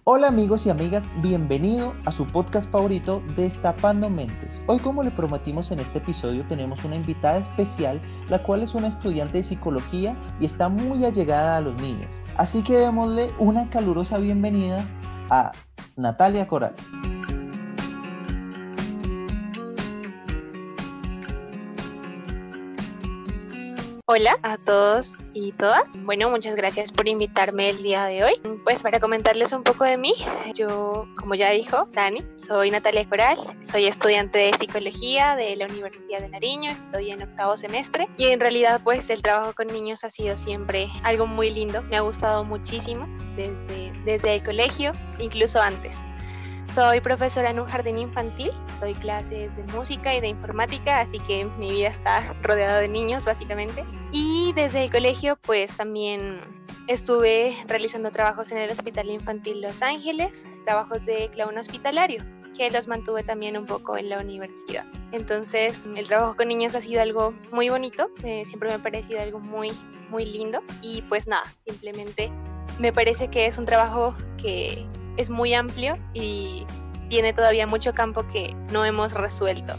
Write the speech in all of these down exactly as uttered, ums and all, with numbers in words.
Hola amigos y amigas, bienvenido a su podcast favorito Destapando Mentes. Hoy, como le prometimos en este episodio, tenemos una invitada especial, la cual es una estudiante de psicología y está muy allegada a los niños. Así que démosle una calurosa bienvenida a Natalia Coral. Hola a todos y todas. Bueno, muchas gracias por invitarme el día de hoy. Pues para comentarles un poco de mí, yo, como ya dijo Dani, soy Natalia Coral, soy estudiante de psicología de la Universidad de Nariño, estoy en octavo semestre y en realidad pues el trabajo con niños ha sido siempre algo muy lindo, me ha gustado muchísimo desde, desde el colegio, incluso antes. Soy profesora en un jardín infantil, doy clases de música y de informática, así que mi vida está rodeada de niños básicamente. Y desde el colegio pues también estuve realizando trabajos en el Hospital Infantil Los Ángeles, trabajos de clown hospitalario, que los mantuve también un poco en la universidad. Entonces el trabajo con niños ha sido algo muy bonito, eh, siempre me ha parecido algo muy, muy lindo y pues nada, simplemente me parece que es un trabajo que es muy amplio y tiene todavía mucho campo que no hemos resuelto.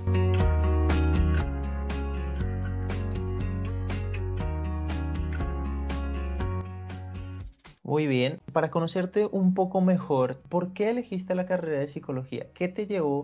Muy bien, para conocerte un poco mejor, ¿por qué elegiste la carrera de psicología? ¿Qué te llevó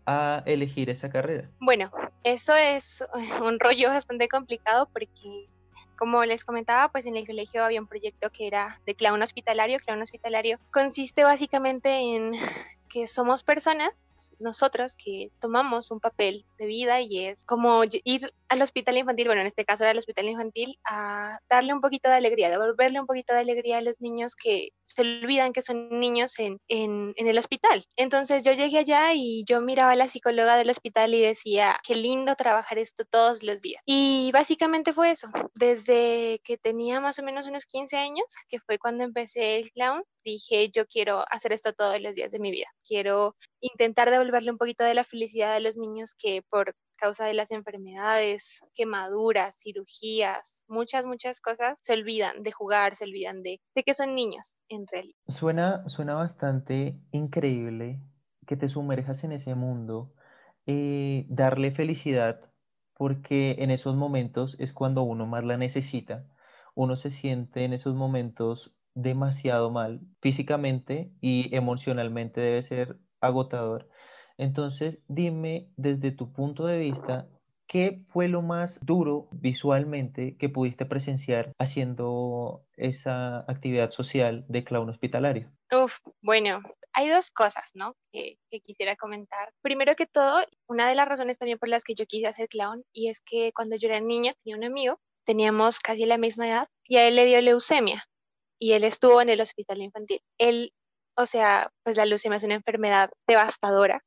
a elegir esa carrera? Bueno, eso es un rollo bastante complicado porque, como les comentaba, pues en el colegio había un proyecto que era de clown hospitalario. Clown hospitalario consiste básicamente en que somos personas, nosotros, que tomamos un papel de vida y es como ir al hospital infantil, bueno, en este caso era el hospital infantil, a darle un poquito de alegría, devolverle un poquito de alegría a los niños que se olvidan que son niños en, en, en el hospital. Entonces yo llegué allá y yo miraba a la psicóloga del hospital y decía, qué lindo trabajar esto todos los días. Y básicamente fue eso, desde que tenía más o menos unos quince años, que fue cuando empecé el clown, dije, yo quiero hacer esto todos los días de mi vida. Quiero intentar devolverle un poquito de la felicidad a los niños que por causa de las enfermedades, quemaduras, cirugías, muchas, muchas cosas, se olvidan de jugar, se olvidan de, de que son niños en realidad. Suena, suena bastante increíble que te sumerjas en ese mundo, eh, darle felicidad, porque en esos momentos es cuando uno más la necesita. Uno se siente en esos momentos demasiado mal, físicamente y emocionalmente debe ser agotador. Entonces, dime desde tu punto de vista, ¿qué fue lo más duro visualmente que pudiste presenciar haciendo esa actividad social de clown hospitalario? Uf, bueno, hay dos cosas, ¿no? Que, que quisiera comentar. Primero que todo, una de las razones también por las que yo quise hacer clown, y es que cuando yo era niña tenía un amigo, teníamos casi la misma edad, y a él le dio leucemia, y él estuvo en el hospital infantil. Él, o sea, pues la leucemia es una enfermedad devastadora,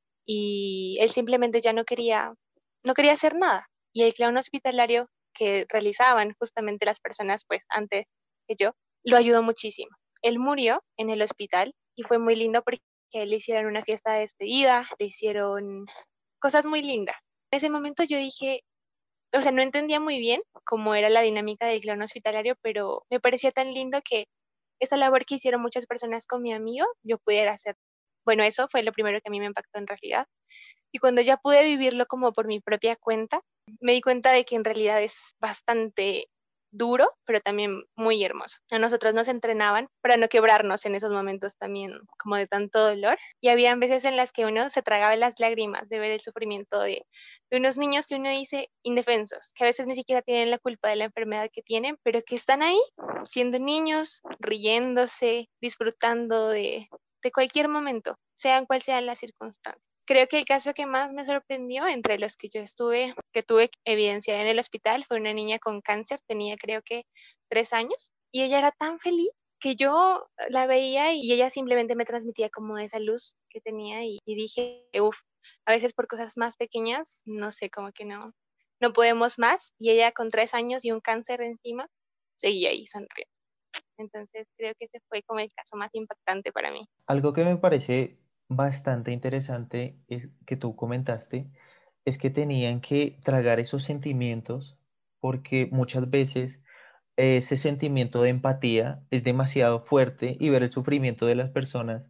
y él simplemente ya no quería, no quería hacer nada. Y el clown hospitalario que realizaban justamente las personas, pues antes que yo, lo ayudó muchísimo. Él murió en el hospital y fue muy lindo porque le hicieron una fiesta de despedida, le hicieron cosas muy lindas. En ese momento yo dije, o sea, no entendía muy bien cómo era la dinámica del clown hospitalario, pero me parecía tan lindo que esa labor que hicieron muchas personas con mi amigo, yo pudiera hacer. Bueno, eso fue lo primero que a mí me impactó en realidad. Y cuando ya pude vivirlo como por mi propia cuenta, me di cuenta de que en realidad es bastante duro, pero también muy hermoso. A nosotros nos entrenaban para no quebrarnos en esos momentos también como de tanto dolor. Y había veces en las que uno se tragaba las lágrimas de ver el sufrimiento de, de unos niños que uno dice indefensos, que a veces ni siquiera tienen la culpa de la enfermedad que tienen, pero que están ahí siendo niños, riéndose, disfrutando de, de cualquier momento, sean cual sean las circunstancias. Creo que el caso que más me sorprendió entre los que yo estuve, que tuve que evidenciar en el hospital, fue una niña con cáncer, tenía creo que tres años, y ella era tan feliz que yo la veía y ella simplemente me transmitía como esa luz que tenía y, y dije, uff, a veces por cosas más pequeñas, no sé, como que no, no podemos más, y ella con tres años y un cáncer encima, seguía ahí sonriendo. Entonces creo que ese fue como el caso más impactante para mí. Algo que me parece bastante interesante es que tú comentaste es que tenían que tragar esos sentimientos porque muchas veces ese sentimiento de empatía es demasiado fuerte y ver el sufrimiento de las personas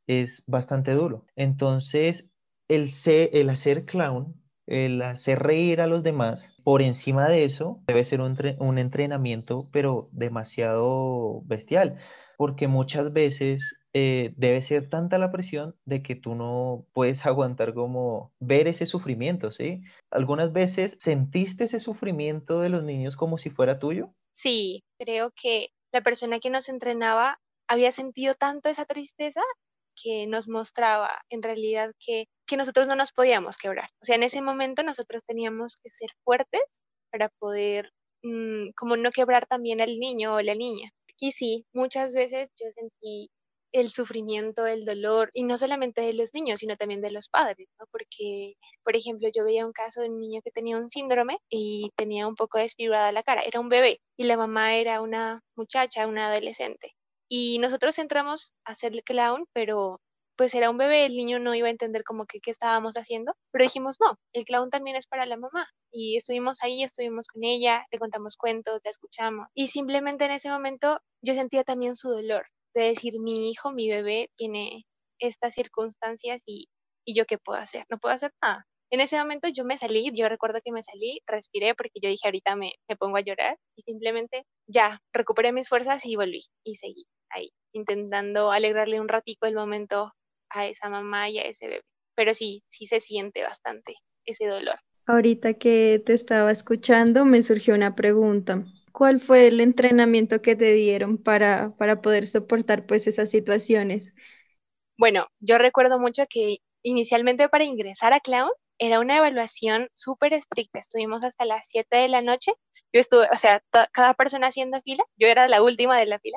es bastante duro. Entonces, el, ser, el hacer clown, el hacer reír a los demás, por encima de eso, debe ser un, tre- un entrenamiento, pero demasiado bestial, porque muchas veces eh, debe ser tanta la presión de que tú no puedes aguantar como ver ese sufrimiento, ¿sí? ¿Algunas veces sentiste ese sufrimiento de los niños como si fuera tuyo? Sí, creo que la persona que nos entrenaba había sentido tanto esa tristeza que nos mostraba en realidad que, que nosotros no nos podíamos quebrar. O sea, en ese momento nosotros teníamos que ser fuertes para poder, mm, como no quebrar también al niño o la niña. Y sí, muchas veces yo sentí el sufrimiento, el dolor, y no solamente de los niños, sino también de los padres, ¿no? Porque, por ejemplo, yo veía un caso de un niño que tenía un síndrome y tenía un poco desfigurada la cara, era un bebé, y la mamá era una muchacha, una adolescente. Y nosotros entramos a hacer el clown, pero pues era un bebé, el niño no iba a entender como que qué estábamos haciendo, pero dijimos, no, el clown también es para la mamá. Y estuvimos ahí, estuvimos con ella, le contamos cuentos, la escuchamos. Y simplemente en ese momento yo sentía también su dolor de decir, mi hijo, mi bebé tiene estas circunstancias y, y yo qué puedo hacer, no puedo hacer nada. En ese momento yo me salí, yo recuerdo que me salí, respiré porque yo dije ahorita me, me pongo a llorar y simplemente ya recuperé mis fuerzas y volví y seguí ahí, intentando alegrarle un ratico el momento a esa mamá y a ese bebé. Pero sí, sí se siente bastante ese dolor. Ahorita que te estaba escuchando, me surgió una pregunta. ¿Cuál fue el entrenamiento que te dieron para, para poder soportar pues esas situaciones? Bueno, yo recuerdo mucho que inicialmente para ingresar a Clown era una evaluación súper estricta. Estuvimos hasta las siete de la noche. Yo estuve, o sea, to- cada persona haciendo fila. Yo era la última de la fila.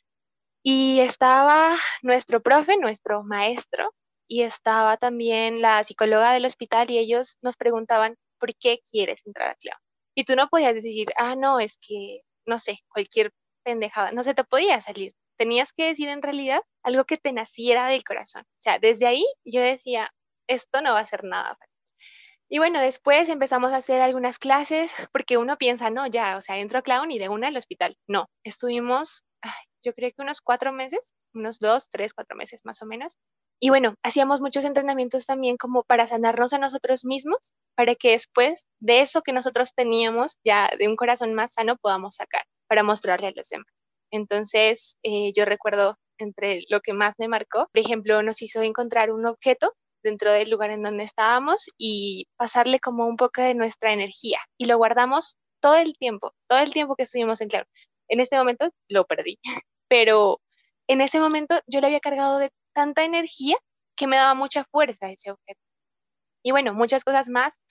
Y estaba nuestro profe, nuestro maestro, y estaba también la psicóloga del hospital y ellos nos preguntaban, ¿por qué quieres entrar a Clown? Y tú no podías decir, ah, no, es que, no sé, cualquier pendejada. No se te podía salir. Tenías que decir en realidad algo que te naciera del corazón. O sea, desde ahí yo decía, esto no va a ser nada. Y bueno, después empezamos a hacer algunas clases porque uno piensa, no, ya, o sea, entro a clown y de una al hospital. No, estuvimos, ay, yo creo que unos cuatro meses, unos dos, tres, cuatro meses más o menos. Y bueno, hacíamos muchos entrenamientos también como para sanarnos a nosotros mismos, para que después de eso que nosotros teníamos, ya de un corazón más sano, podamos sacar para mostrarle a los demás. Entonces, eh, yo recuerdo entre lo que más me marcó, por ejemplo, nos hizo encontrar un objeto dentro del lugar en donde estábamos y pasarle como un poco de nuestra energía. Y lo guardamos todo el tiempo, todo el tiempo que estuvimos en claro. En este momento lo perdí, pero en ese momento yo le había cargado de tanta energía que me daba mucha fuerza ese objeto. Y bueno, muchas cosas más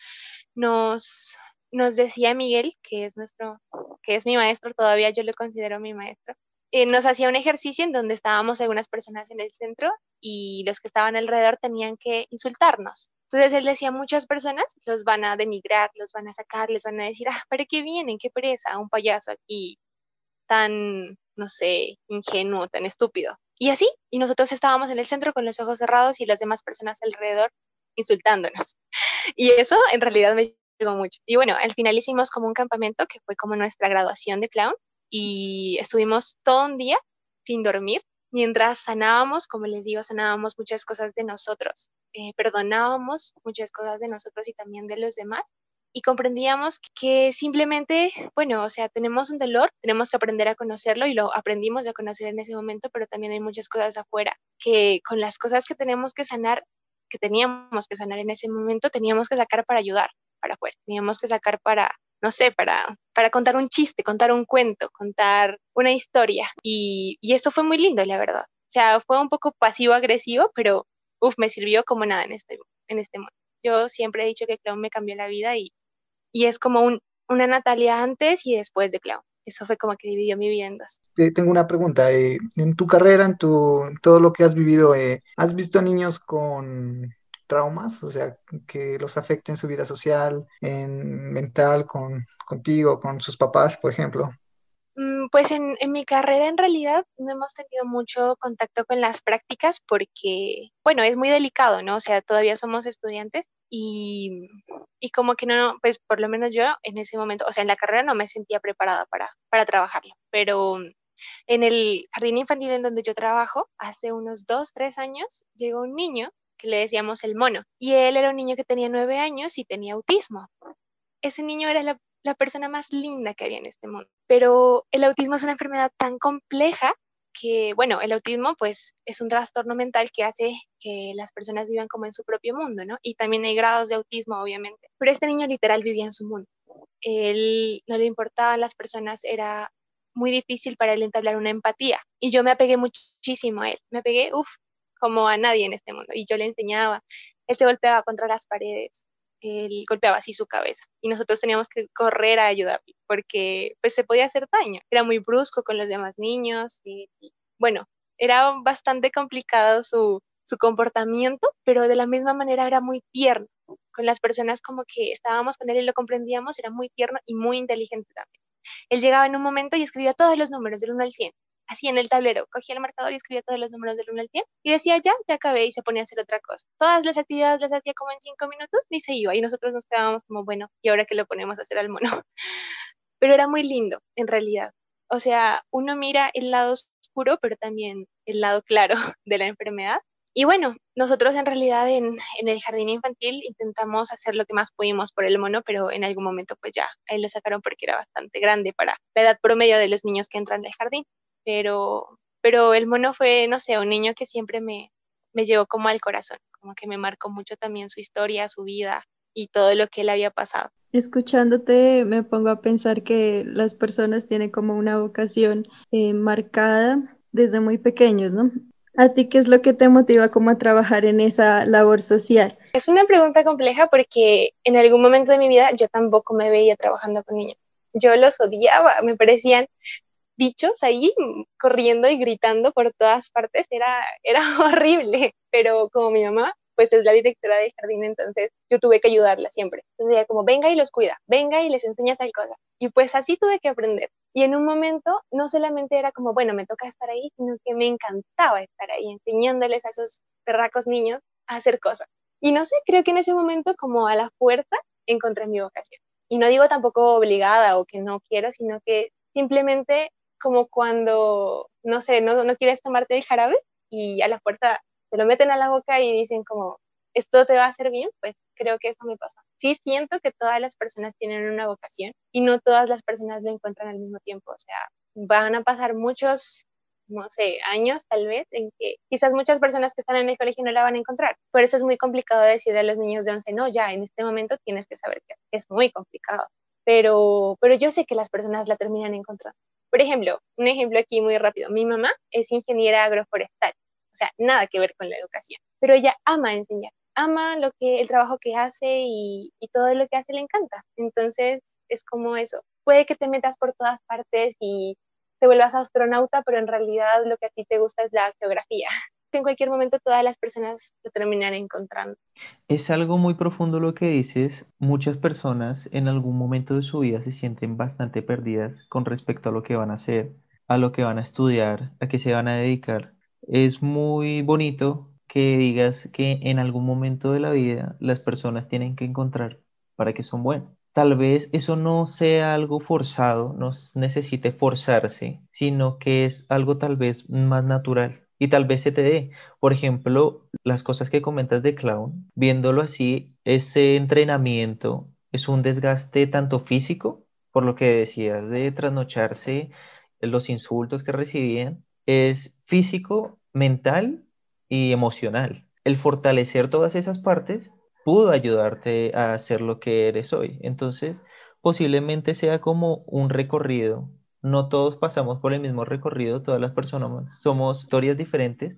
nos, nos decía Miguel, que es nuestro, que es mi maestro, todavía yo lo considero mi maestro. Eh, nos hacía un ejercicio en donde estábamos algunas personas en el centro y los que estaban alrededor tenían que insultarnos. Entonces él decía, muchas personas los van a denigrar, los van a sacar, les van a decir, ah, ¿para qué vienen? ¿Qué pereza? Un payaso aquí tan, no sé, ingenuo, tan estúpido. Y así, y nosotros estábamos en el centro con los ojos cerrados y las demás personas alrededor insultándonos. Y eso en realidad me llegó mucho. Y bueno, al final hicimos como un campamento que fue como nuestra graduación de clown y estuvimos todo un día sin dormir mientras sanábamos, como les digo, sanábamos muchas cosas de nosotros, eh, perdonábamos muchas cosas de nosotros y también de los demás. Y comprendíamos que simplemente, bueno, o sea, tenemos un dolor, tenemos que aprender a conocerlo y lo aprendimos a conocer en ese momento, pero también hay muchas cosas afuera que con las cosas que tenemos que sanar que teníamos que sanar en ese momento, teníamos que sacar para ayudar para afuera, teníamos que sacar para, no sé, para, para contar un chiste, contar un cuento, contar una historia. Y, y eso fue muy lindo, la verdad. O sea, fue un poco pasivo-agresivo, pero uf, me sirvió como nada en este, en este mundo. Yo siempre he dicho que Clown me cambió la vida y, y es como un, una Natalia antes y después de Clown. Eso fue como que dividió mi vida en dos. Te- tengo una pregunta. Eh, en tu carrera, en tu, en todo lo que has vivido, eh, ¿has visto niños con traumas? O sea, que los afecten su vida social, en mental, con, contigo, con sus papás, por ejemplo. Mm, Pues en, en mi carrera en realidad no hemos tenido mucho contacto con las prácticas porque, bueno, es muy delicado, ¿no? O sea, todavía somos estudiantes y, y como que no, pues por lo menos yo en ese momento, o sea, en la carrera no me sentía preparada para, para trabajarlo, pero En el jardín infantil en donde yo trabajo, hace unos dos, tres años, llegó un niño que le decíamos el mono, y él era un niño que tenía nueve años y tenía autismo. Ese niño era la, la persona más linda que había en este mundo, pero el autismo es una enfermedad tan compleja que, bueno, el autismo pues es un trastorno mental que hace que las personas vivan como en su propio mundo, ¿no? Y también hay grados de autismo, obviamente, pero este niño literal vivía en su mundo. Él no le importaban las personas, era muy difícil para él entablar una empatía. Y yo me apegué muchísimo a él, me apegué, uff, como a nadie en este mundo. Y yo le enseñaba, él se golpeaba contra las paredes, él golpeaba así su cabeza. Y nosotros teníamos que correr a ayudarle, porque pues se podía hacer daño. Era muy brusco con los demás niños. Y, y, bueno, era bastante complicado su, su comportamiento, pero de la misma manera era muy tierno con las personas como que estábamos con él y lo comprendíamos, era muy tierno y muy inteligente también. Él llegaba en un momento y escribía todos los números del uno al cien, así en el tablero, cogía el marcador y escribía todos los números del uno al cien y decía ya, ya acabé y se ponía a hacer otra cosa. Todas las actividades las hacía como en cinco minutos y se iba y nosotros nos quedábamos como, bueno, ¿y ahora qué lo ponemos a hacer al mono? Pero era muy lindo, en realidad. O sea, uno mira el lado oscuro, pero también el lado claro de la enfermedad. Y bueno, nosotros en realidad en, en el jardín infantil intentamos hacer lo que más pudimos por el mono, pero en algún momento pues ya, ahí lo sacaron porque era bastante grande para la edad promedio de los niños que entran al jardín. Pero, pero el mono fue, no sé, un niño que siempre me, me llegó como al corazón, como que me marcó mucho también su historia, su vida y todo lo que él había pasado. Escuchándote, me pongo a pensar que las personas tienen como una vocación eh, marcada desde muy pequeños, ¿no? ¿A ti qué es lo que te motiva como a trabajar en esa labor social? Es una pregunta compleja porque en algún momento de mi vida yo tampoco me veía trabajando con niños. Yo los odiaba, me parecían bichos ahí corriendo y gritando por todas partes, era, era horrible, pero como mi mamá pues es la directora del jardín, entonces yo tuve que ayudarla siempre. Entonces ella como, venga y los cuida, venga y les enseña tal cosa. Y pues así tuve que aprender. Y en un momento no solamente era como, bueno, me toca estar ahí, sino que me encantaba estar ahí enseñándoles a esos perracos niños a hacer cosas. Y no sé, creo que en ese momento como a la fuerza encontré mi vocación. Y no digo tampoco obligada o que no quiero, sino que simplemente como cuando, no sé, no, no quieres tomarte el jarabe y a la fuerza te lo meten a la boca y dicen como, ¿esto te va a hacer bien? Pues creo que eso me pasó. Sí siento que todas las personas tienen una vocación y no todas las personas la encuentran al mismo tiempo. O sea, van a pasar muchos, no sé, años tal vez en que quizás muchas personas que están en el colegio no la van a encontrar. Por eso es muy complicado decirle a los niños de once, no, ya, en este momento tienes que saber que es muy complicado. Pero, pero yo sé que las personas la terminan encontrando. Por ejemplo, un ejemplo aquí muy rápido. Mi mamá es ingeniera agroforestal, o sea, nada que ver con la educación, pero ella ama enseñar, ama lo que, el trabajo que hace y, y todo lo que hace le encanta. Entonces, es como eso. Puede que te metas por todas partes y te vuelvas astronauta, pero en realidad lo que a ti te gusta es la geografía. En cualquier momento todas las personas lo terminan encontrando. Es algo muy profundo lo que dices. Muchas personas en algún momento de su vida se sienten bastante perdidas con respecto a lo que van a hacer, a lo que van a estudiar, a qué se van a dedicar. Es muy bonito que digas que en algún momento de la vida las personas tienen que encontrar para qué son buenos. Tal vez eso no sea algo forzado, no s- necesite forzarse, sino que es algo tal vez más natural y tal vez se te dé. Por ejemplo, las cosas que comentas de clown, viéndolo así, ese entrenamiento es un desgaste tanto físico, por lo que decías de trasnocharse, los insultos que recibían, es físico, mental y emocional. El fortalecer todas esas partes pudo ayudarte a ser lo que eres hoy. Entonces, posiblemente sea como un recorrido. No todos pasamos por el mismo recorrido, todas las personas somos historias diferentes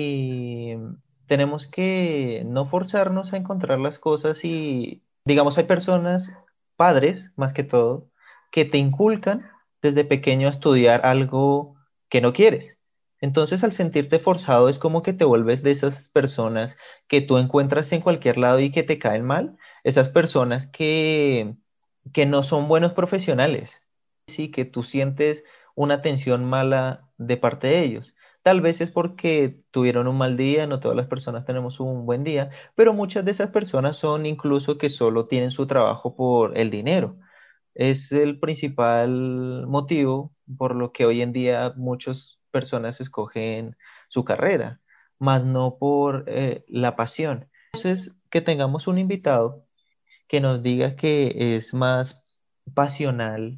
y tenemos que no forzarnos a encontrar las cosas y, digamos, hay personas, padres más que todo, que te inculcan desde pequeño a estudiar algo que no quieres. Entonces, al sentirte forzado, es como que te vuelves de esas personas que tú encuentras en cualquier lado y que te caen mal, esas personas que, que no son buenos profesionales, sí, que tú sientes una atención mala de parte de ellos. Tal vez es porque tuvieron un mal día, no todas las personas tenemos un buen día, pero muchas de esas personas son incluso que solo tienen su trabajo por el dinero. Es el principal motivo por lo que hoy en día muchas personas escogen su carrera, más no por eh, la pasión. Entonces, que tengamos un invitado que nos diga que es más pasional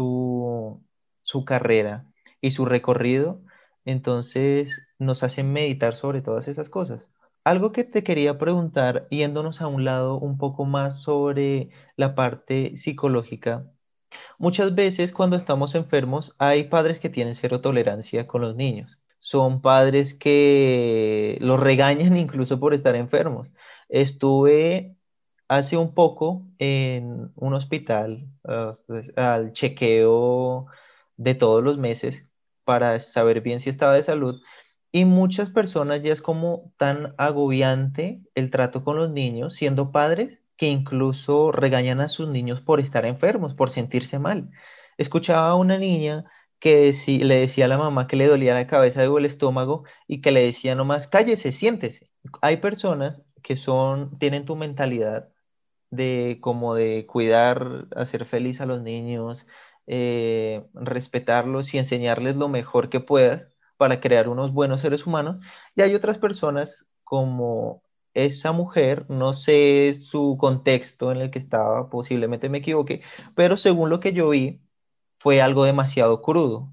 su, su carrera y su recorrido, entonces nos hacen meditar sobre todas esas cosas. Algo que te quería preguntar, yéndonos a un lado un poco más sobre la parte psicológica. Muchas veces cuando estamos enfermos hay padres que tienen cero tolerancia con los niños. Son padres que los regañan incluso por estar enfermos. Estuve hace un poco en un hospital, ah, pues, al chequeo de todos los meses para saber bien si estaba de salud. Y muchas personas ya es como tan agobiante el trato con los niños, siendo padres, que incluso regañan a sus niños por estar enfermos, por sentirse mal. Escuchaba a una niña que deci- le decía a la mamá que le dolía la cabeza o el estómago y que le decía nomás, cállese, siéntese. Hay personas que son, tienen tu mentalidad de como de cuidar, hacer feliz a los niños, eh, respetarlos y enseñarles lo mejor que puedas para crear unos buenos seres humanos. Y hay otras personas como esa mujer, no sé su contexto en el que estaba, posiblemente me equivoqué, pero según lo que yo vi, fue algo demasiado crudo.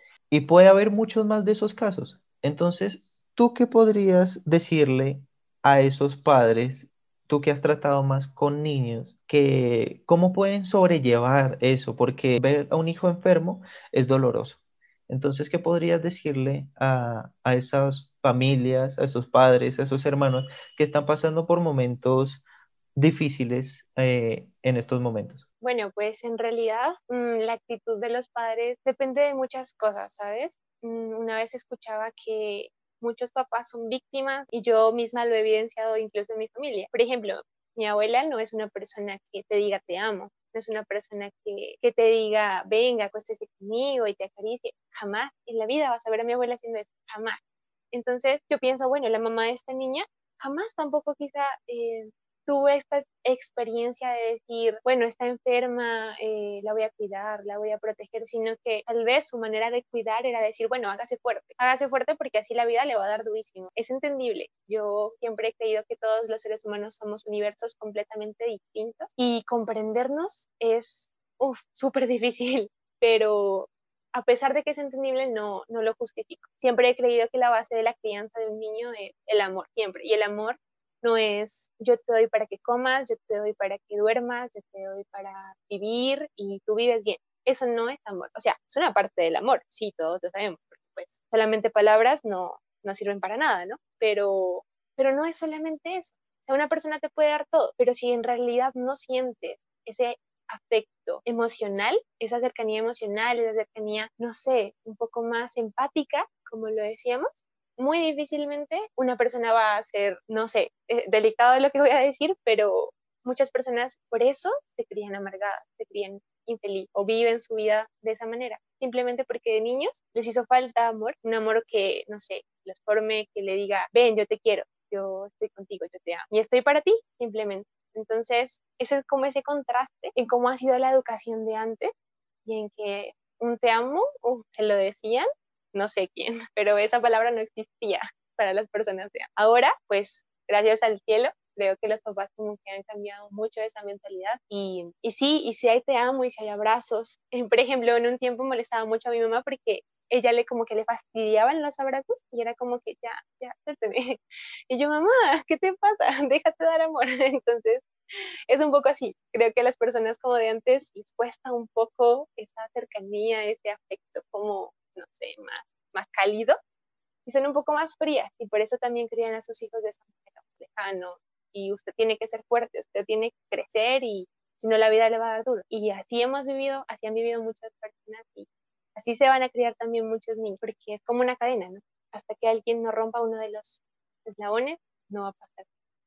Y puede haber muchos más de esos casos. Entonces, ¿tú qué podrías decirle a esos padres, tú que has tratado más con niños, que cómo pueden sobrellevar eso? Porque ver a un hijo enfermo es doloroso. Entonces, ¿qué podrías decirle a, a esas familias, a esos padres, a esos hermanos que están pasando por momentos difíciles eh, en estos momentos? Bueno, pues en realidad mm, la actitud de los padres depende de muchas cosas, ¿sabes? Mm, Una vez escuchaba que muchos papás son víctimas y yo misma lo he evidenciado incluso en mi familia. Por ejemplo, mi abuela no es una persona que te diga te amo, no es una persona que, que te diga venga, acuéstese conmigo y te acaricie. Jamás en la vida vas a ver a mi abuela haciendo eso, jamás. Entonces yo pienso, bueno, la mamá de esta niña jamás tampoco quizá eh, tuve esta experiencia de decir, bueno, está enferma, eh, la voy a cuidar, la voy a proteger, sino que tal vez su manera de cuidar era decir, bueno, hágase fuerte, hágase fuerte porque así la vida le va a dar durísimo. Es entendible. Yo siempre he creído que todos los seres humanos somos universos completamente distintos y comprendernos es, uff, súper difícil, pero a pesar de que es entendible, no, no lo justifico. Siempre he creído que la base de la crianza de un niño es el amor, siempre. Y el amor no es yo te doy para que comas, yo te doy para que duermas, yo te doy para vivir y tú vives bien. Eso no es amor. O sea, es una parte del amor, sí, todos lo sabemos, porque pues solamente palabras no, no sirven para nada, ¿no? Pero, pero no es solamente eso. O sea, una persona te puede dar todo, pero si en realidad no sientes ese afecto emocional, esa cercanía emocional, esa cercanía, no sé, un poco más empática, como lo decíamos, muy difícilmente una persona va a ser, no sé, eh, delicado de lo que voy a decir, pero muchas personas por eso se crían amargadas, se crían infeliz o viven su vida de esa manera, simplemente porque de niños les hizo falta amor, un amor que, no sé, los forme, que le diga, ven, yo te quiero, yo estoy contigo, yo te amo, y estoy para ti, simplemente. Entonces, ese es como ese contraste en cómo ha sido la educación de antes y en que un te amo, uh, se lo decían, no sé quién, pero esa palabra no existía para las personas de antes. Ahora, pues, gracias al cielo, creo que los papás como que han cambiado mucho esa mentalidad y, y sí, y si hay te amo y si hay abrazos. Por ejemplo, en un tiempo molestaba mucho a mi mamá porque ella le como que le fastidiaban los abrazos y era como que ya, ya, suélteme. Y yo, mamá, ¿qué te pasa? Déjate dar amor. Entonces, es un poco así. Creo que a las personas como de antes les cuesta un poco esa cercanía, ese afecto como, no sé, más, más cálido y son un poco más frías y por eso también crían a sus hijos de esa manera, lejano. Y usted tiene que ser fuerte, usted tiene que crecer y si no la vida le va a dar duro. Y así hemos vivido, así han vivido muchas personas y así se van a criar también muchos niños, porque es como una cadena, ¿no? Hasta que alguien no rompa uno de los eslabones, no va a pasar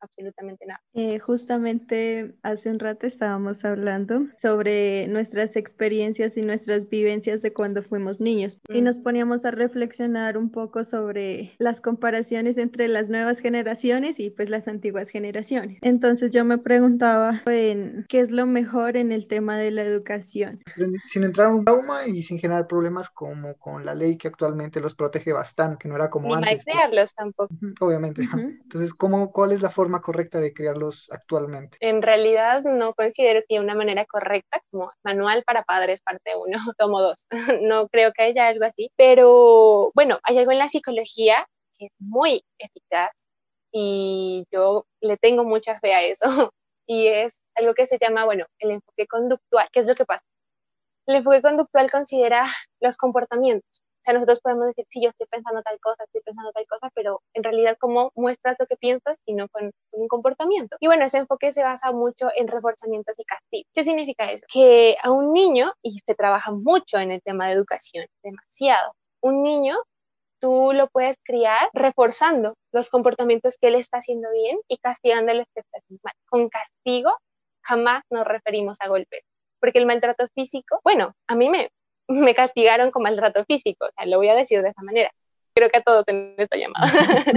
absolutamente nada. Eh, justamente hace un rato estábamos hablando sobre nuestras experiencias y nuestras vivencias de cuando fuimos niños y Mm. nos poníamos a reflexionar un poco sobre las comparaciones entre las nuevas generaciones y pues las antiguas generaciones. Entonces yo me preguntaba en qué es lo mejor en el tema de la educación. Sin entrar en un trauma y sin generar problemas como con la ley que actualmente los protege bastante, que no era como Ni mal antes, que- crearlos tampoco. Ujú, obviamente. Ujú. Entonces, ¿cómo, cuál es la forma correcta de criarlos actualmente? En realidad no considero que haya una manera correcta, como manual para padres parte uno, tomo dos. No creo que haya algo así, pero bueno, hay algo en la psicología que es muy eficaz y yo le tengo mucha fe a eso y es algo que se llama, bueno, el enfoque conductual. ¿Qué es lo que pasa? El enfoque conductual considera los comportamientos. O sea, nosotros podemos decir, sí, yo estoy pensando tal cosa, estoy pensando tal cosa, pero en realidad cómo muestras lo que piensas y no con, con un comportamiento. Y bueno, ese enfoque se basa mucho en reforzamientos y castigos. ¿Qué significa eso? Que a un niño, y se trabaja mucho en el tema de educación, demasiado, un niño tú lo puedes criar reforzando los comportamientos que él está haciendo bien y castigando los que está haciendo mal. Con castigo jamás nos referimos a golpes, porque el maltrato físico, bueno, a mí me, me castigaron con maltrato físico, o sea, lo voy a decir de esa manera. Creo que a todos en esta llamada.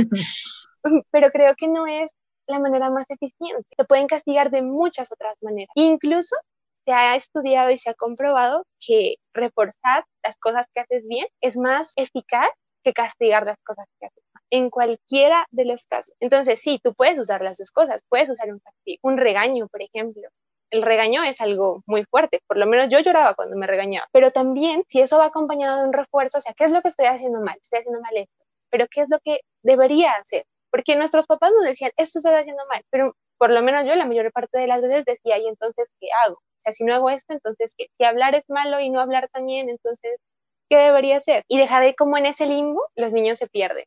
Pero creo que no es la manera más eficiente. Te pueden castigar de muchas otras maneras. Incluso se ha estudiado y se ha comprobado que reforzar las cosas que haces bien es más eficaz que castigar las cosas que haces mal, en cualquiera de los casos. Entonces, sí, tú puedes usar las dos cosas, puedes usar un castigo, un regaño, por ejemplo. El regaño es algo muy fuerte, por lo menos yo lloraba cuando me regañaba, pero también si eso va acompañado de un refuerzo, o sea, ¿qué es lo que estoy haciendo mal? Estoy haciendo mal esto, pero ¿qué es lo que debería hacer? Porque nuestros papás nos decían, esto se está haciendo mal, pero por lo menos yo la mayor parte de las veces decía, ¿y entonces qué hago? O sea, si no hago esto, entonces ¿qué? Si hablar es malo y no hablar también, entonces ¿qué debería hacer? Y dejar de como en ese limbo, los niños se pierden.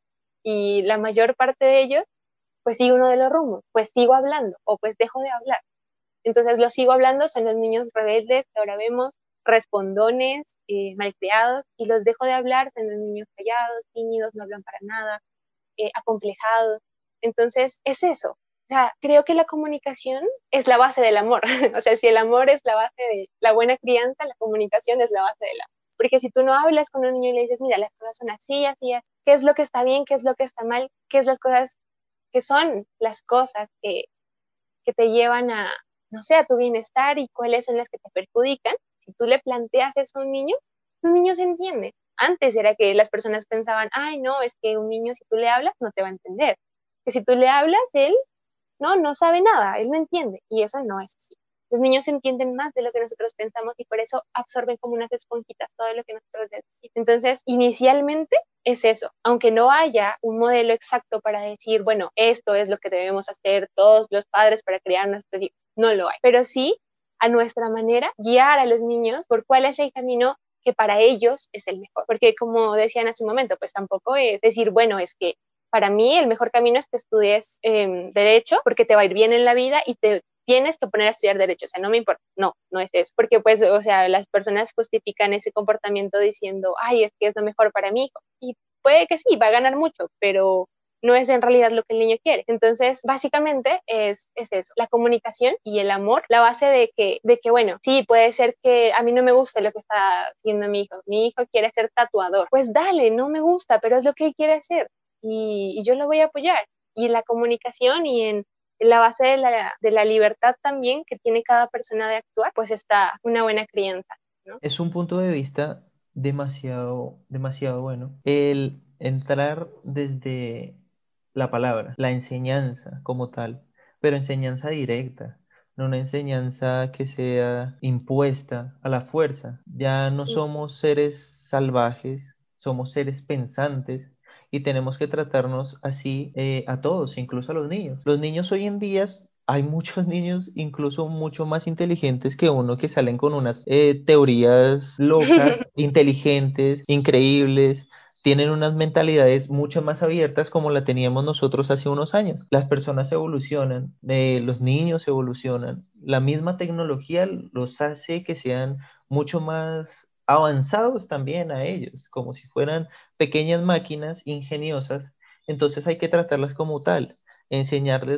Y la mayor parte de ellos, pues sigue uno de los rumbos, pues sigo hablando o pues dejo de hablar. Entonces los sigo hablando, son los niños rebeldes que ahora vemos, respondones, eh, malcriados, y los dejo de hablar, son los niños callados, tímidos, no hablan para nada, eh, acomplejados. Entonces es eso. O sea, creo que la comunicación es la base del amor. O sea, si el amor es la base de la buena crianza, la comunicación es la base del amor. Porque si tú no hablas con un niño y le dices, mira, las cosas son así, así, así, qué es lo que está bien, qué es lo que está mal, qué es las cosas que son las cosas que, que te llevan a, no sé, a tu bienestar y cuáles son las que te perjudican, si tú le planteas eso a un niño, un niño se entiende. Antes era que las personas pensaban, ay, no, es que un niño si tú le hablas no te va a entender. Que si tú le hablas, él no, no sabe nada, él no entiende. Y eso no es así. Los niños entienden más de lo que nosotros pensamos y por eso absorben como unas esponjitas todo lo que nosotros les decimos. Entonces, inicialmente es eso, aunque no haya un modelo exacto para decir, bueno, esto es lo que debemos hacer todos los padres para criar a nuestros hijos, no lo hay, pero sí a nuestra manera guiar a los niños por cuál es el camino que para ellos es el mejor, porque como decían hace un momento, pues tampoco es decir, bueno, es que para mí el mejor camino es que estudies eh, derecho porque te va a ir bien en la vida y te tienes que poner a estudiar derecho, o sea, no me importa, no, no es eso, porque pues, o sea, las personas justifican ese comportamiento diciendo, ay, es que es lo mejor para mi hijo, y puede que sí, va a ganar mucho, pero no es en realidad lo que el niño quiere. Entonces, básicamente es, es eso, la comunicación y el amor, la base de que, de que, bueno, sí, puede ser que a mí no me guste lo que está haciendo mi hijo, mi hijo quiere ser tatuador, pues dale, no me gusta, pero es lo que él quiere hacer, y, y yo lo voy a apoyar, y en la comunicación y en la base de la, de la libertad también que tiene cada persona de actuar, pues está una buena crianza, ¿no? Es un punto de vista demasiado, demasiado bueno. El entrar desde la palabra, la enseñanza como tal, pero enseñanza directa, no una enseñanza que sea impuesta a la fuerza. Ya no Y somos seres salvajes, somos seres pensantes y tenemos que tratarnos así eh, a todos, incluso a los niños. Los niños hoy en día, hay muchos niños incluso mucho más inteligentes que uno que salen con unas eh, teorías locas, inteligentes, increíbles. Tienen unas mentalidades mucho más abiertas como la teníamos nosotros hace unos años. Las personas evolucionan, eh, los niños evolucionan. La misma tecnología los hace que sean mucho más avanzados también a ellos, como si fueran pequeñas máquinas ingeniosas. Entonces hay que tratarlas como tal, enseñarles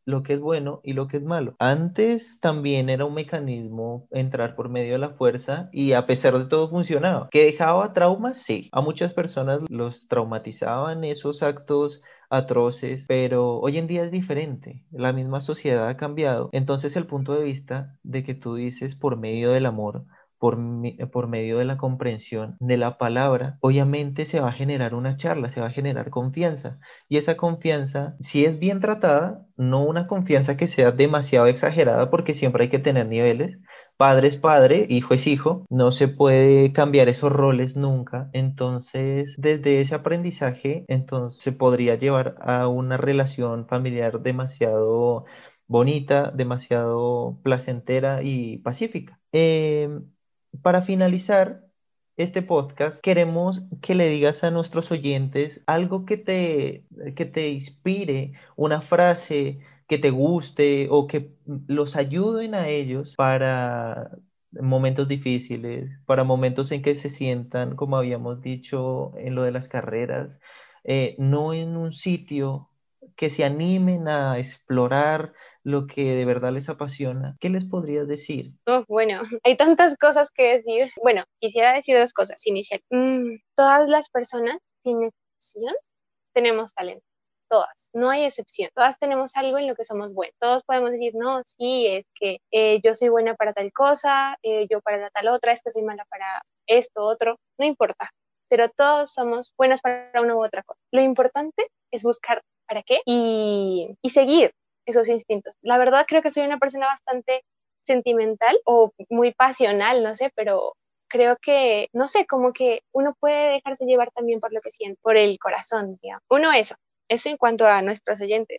lo que es bueno y lo que es malo. Antes también era un mecanismo entrar por medio de la fuerza y a pesar de todo funcionaba. ¿Que dejaba traumas? Sí. A muchas personas los traumatizaban esos actos atroces, pero hoy en día es diferente. La misma sociedad ha cambiado. Entonces el punto de vista de que tú dices por medio del amor, por, mi- por medio de la comprensión de la palabra, obviamente se va a generar una charla, se va a generar confianza. Y esa confianza, si es bien tratada, no una confianza que sea demasiado exagerada, porque siempre hay que tener niveles. Padre es padre, hijo es hijo, no se puede cambiar esos roles nunca. Entonces, desde ese aprendizaje, entonces se podría llevar a una relación familiar demasiado bonita, demasiado placentera y pacífica. Em, para finalizar este podcast, queremos que le digas a nuestros oyentes algo que te, que te inspire, una frase que te guste o que los ayuden a ellos para momentos difíciles, para momentos en que se sientan, como habíamos dicho en lo de las carreras, eh, no en un sitio, que se animen a explorar lo que de verdad les apasiona. ¿Qué les podrías decir? Oh, bueno, hay tantas cosas que decir. Bueno, quisiera decir dos cosas inicial. Mm, todas las personas, sin excepción, tenemos talento. Todas, no hay excepción. Todas tenemos algo en lo que somos buenos. Todos podemos decir, no, sí, es que eh, yo soy buena para tal cosa, eh, yo para la tal otra, es que soy mala para esto, otro, no importa. Pero todos somos buenos para una u otra cosa. Lo importante es buscar para qué y, y seguir esos instintos. La verdad creo que soy una persona bastante sentimental o muy pasional, no sé, pero creo que, no sé, como que uno puede dejarse llevar también por lo que siente, por el corazón, digamos. Uno, eso. Eso en cuanto a nuestros oyentes,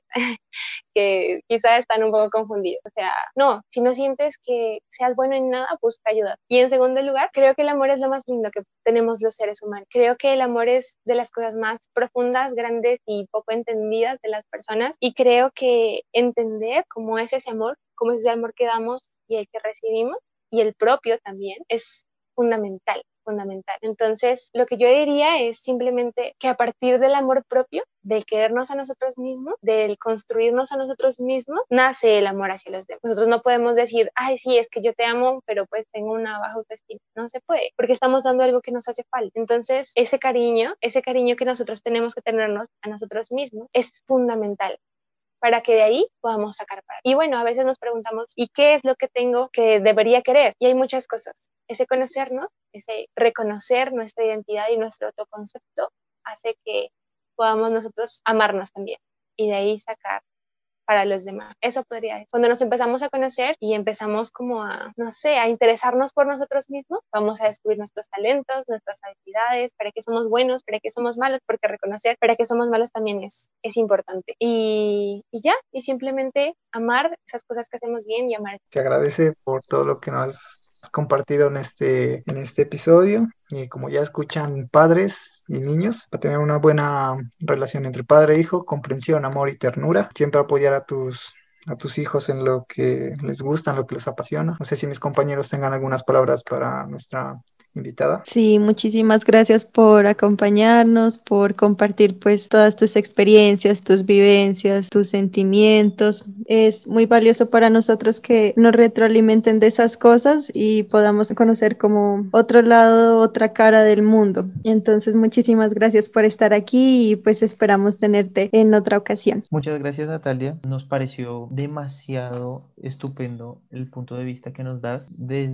que quizás están un poco confundidos. O sea, no, si no sientes que seas bueno en nada, busca ayuda. Y en segundo lugar, creo que el amor es lo más lindo que tenemos los seres humanos. Creo que el amor es de las cosas más profundas, grandes y poco entendidas de las personas. Y creo que entender cómo es ese amor, cómo es ese amor que damos y el que recibimos, y el propio también, es fundamental, fundamental. Entonces, lo que yo diría es simplemente que a partir del amor propio, del querernos a nosotros mismos, del construirnos a nosotros mismos, nace el amor hacia los demás. Nosotros no podemos decir, ay, sí, es que yo te amo, pero pues tengo una baja autoestima. No se puede, porque estamos dando algo que nos hace falta. Entonces, ese cariño, ese cariño que nosotros tenemos que tenernos a nosotros mismos es fundamental para que de ahí podamos sacar para. Y bueno, a veces nos preguntamos, ¿y qué es lo que tengo que debería querer? Y hay muchas cosas. Ese conocernos, ese reconocer nuestra identidad y nuestro autoconcepto hace que podamos nosotros amarnos también y de ahí sacar para los demás. Eso podría ser. Cuando nos empezamos a conocer y empezamos como a, no sé, a interesarnos por nosotros mismos, vamos a descubrir nuestros talentos, nuestras habilidades, para qué somos buenos, para qué somos malos, porque reconocer para qué somos malos también es, es importante. Y, y ya, y simplemente amar esas cosas que hacemos bien y amar. Te agradece por todo lo que nos has compartido en este, en este episodio. Y como ya escuchan padres y niños, para tener una buena relación entre padre e hijo, comprensión, amor y ternura. Siempre apoyar a tus, a tus hijos en lo que les gusta, en lo que les apasiona. No sé si mis compañeros tengan algunas palabras para nuestra invitada. Sí, muchísimas gracias por acompañarnos, por compartir pues todas tus experiencias, tus vivencias, tus sentimientos. Es muy valioso para nosotros que nos retroalimenten de esas cosas y podamos conocer como otro lado, otra cara del mundo. Entonces, muchísimas gracias por estar aquí y pues esperamos tenerte en otra ocasión. Muchas gracias, Natalia. Nos pareció demasiado estupendo el punto de vista que nos das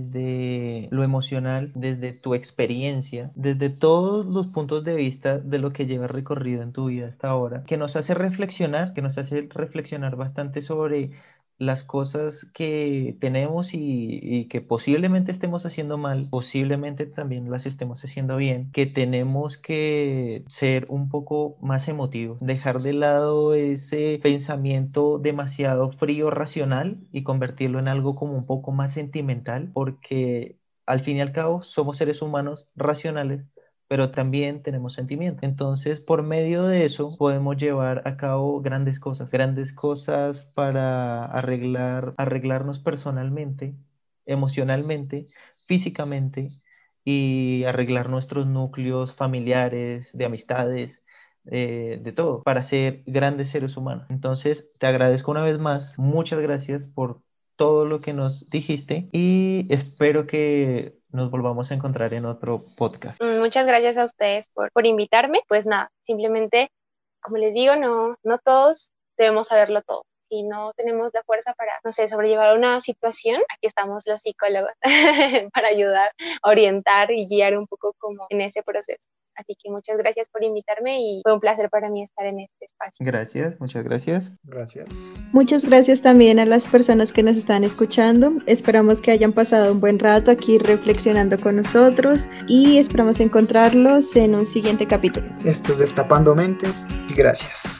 desde lo emocional, desde tu experiencia, desde todos los puntos de vista de lo que llevas recorrido en tu vida hasta ahora, que nos hace reflexionar, que nos hace reflexionar bastante sobre las cosas que tenemos y, y que posiblemente estemos haciendo mal, posiblemente también las estemos haciendo bien, que tenemos que ser un poco más emotivos, dejar de lado ese pensamiento demasiado frío, racional y convertirlo en algo como un poco más sentimental, porque al fin y al cabo somos seres humanos racionales, pero también tenemos sentimientos. Entonces, por medio de eso, podemos llevar a cabo grandes cosas, grandes cosas para arreglar, arreglarnos personalmente, emocionalmente, físicamente y arreglar nuestros núcleos familiares, de amistades, eh, de todo, para ser grandes seres humanos. Entonces, te agradezco una vez más, muchas gracias por todo lo que nos dijiste y espero que nos volvamos a encontrar en otro podcast. Muchas gracias a ustedes por, por invitarme. Pues nada, simplemente, como les digo, no, no todos debemos saberlo todo. Si no tenemos la fuerza para, no sé, sobrellevar una situación, aquí estamos los psicólogos para ayudar, orientar y guiar un poco como en ese proceso. Así que muchas gracias por invitarme y fue un placer para mí estar en este espacio. Gracias, muchas gracias. Gracias. Muchas gracias también a las personas que nos están escuchando. Esperamos que hayan pasado un buen rato aquí reflexionando con nosotros y esperamos encontrarlos en un siguiente capítulo. Esto es Destapando Mentes y gracias.